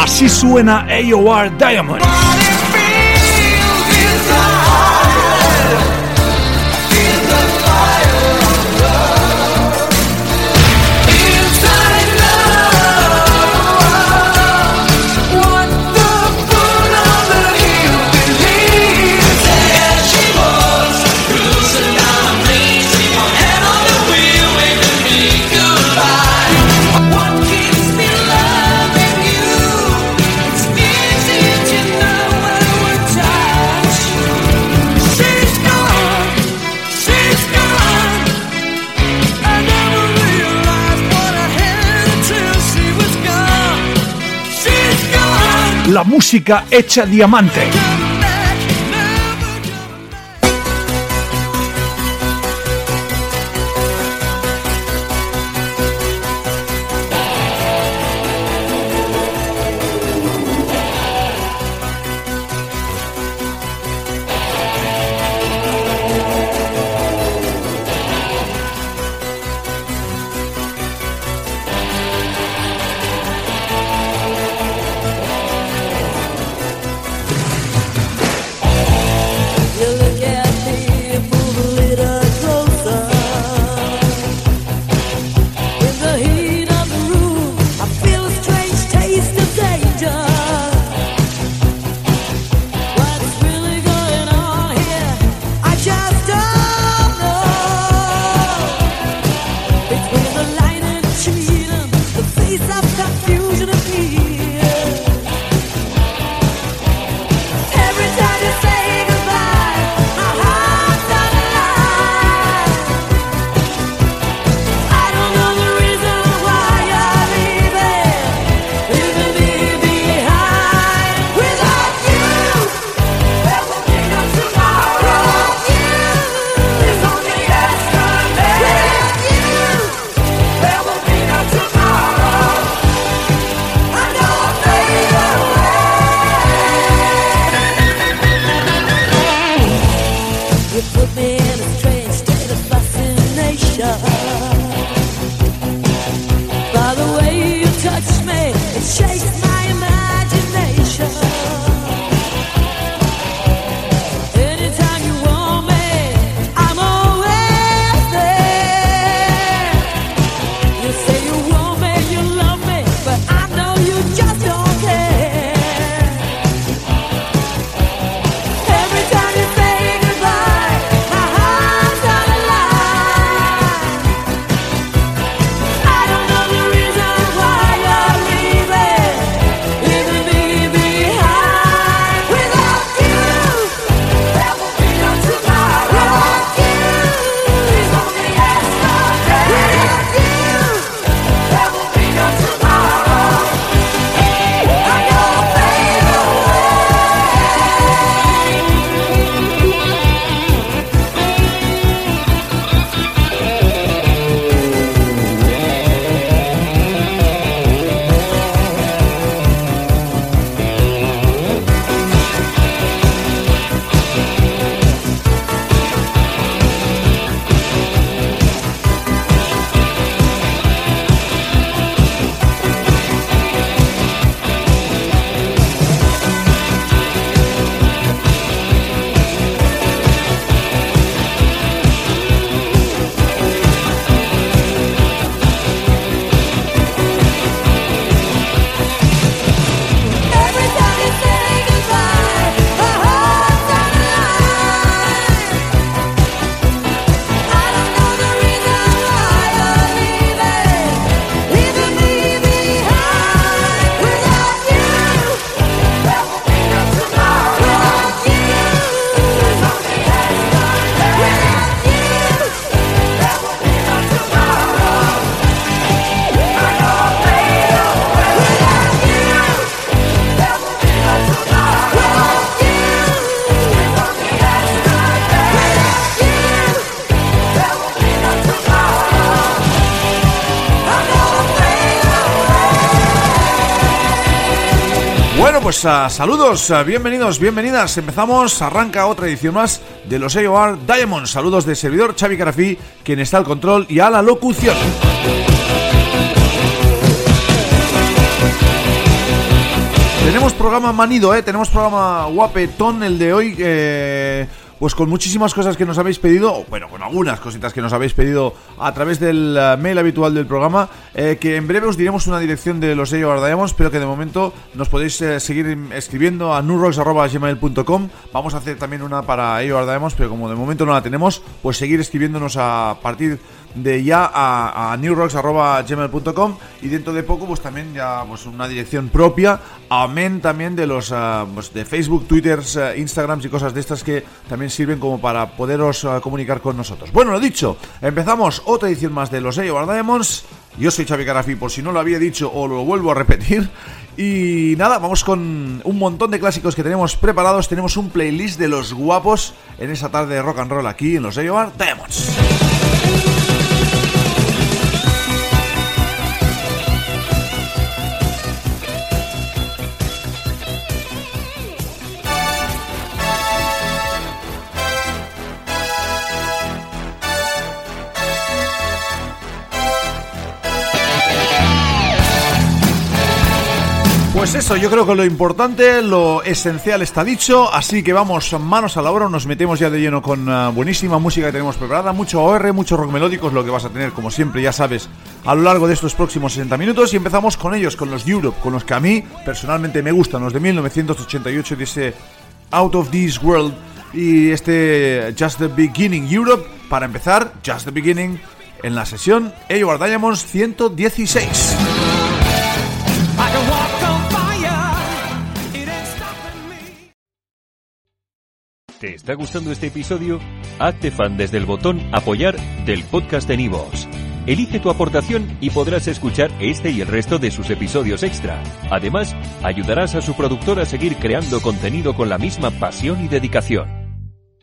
Así suena AOR Diamond. La música hecha diamante. pues saludos, bienvenidos, bienvenidas. Empezamos, arranca otra edición más de los AOR Diamond. Saludos de servidor Xavi Carafí, quien está al control y a la locución. Tenemos programa manido, tenemos programa guapetón el de hoy, pues con muchísimas cosas que nos habéis pedido, bueno, con algunas cositas que nos habéis pedido a través del mail habitual del programa, que en breve os diremos una dirección de los AOR Diamonds, pero que de momento nos podéis seguir escribiendo a newrocks@gmail.com. Vamos a hacer también una para AOR Diamonds, pero como de momento no la tenemos, pues seguir escribiéndonos a partir de ya a newrocks@gmail.com, y dentro de poco pues también ya pues una dirección propia, amén también de los pues de Facebook, Twitter, Instagrams y cosas de estas que también sirven como para poderos comunicar con nosotros. Bueno, lo dicho, empezamos otra edición más de los AOR Diamonds. Yo soy Xavi Carafi, por si no lo había dicho o lo vuelvo a repetir. Y nada, vamos con un montón de clásicos que tenemos preparados. Tenemos un playlist de los guapos en esa tarde de rock and roll aquí en los AOR Diamonds. Pues eso, yo creo que lo importante, lo esencial está dicho, así que vamos manos a la obra, nos metemos ya de lleno con buenísima música que tenemos preparada, mucho OR, mucho rock melódico, es lo que vas a tener, como siempre, ya sabes, a lo largo de estos próximos 60 minutos, y empezamos con ellos, con los Europe, con los que a mí personalmente me gustan, los de 1988, de ese Out of This World, y este Just the Beginning Europe, para empezar, Just the Beginning, en la sesión AOR Diamonds 116. ¿Te está gustando este episodio? Hazte fan desde el botón Apoyar del podcast de Nivos. Elige tu aportación y podrás escuchar este y el resto de sus episodios extra. Además, ayudarás a su productor a seguir creando contenido con la misma pasión y dedicación.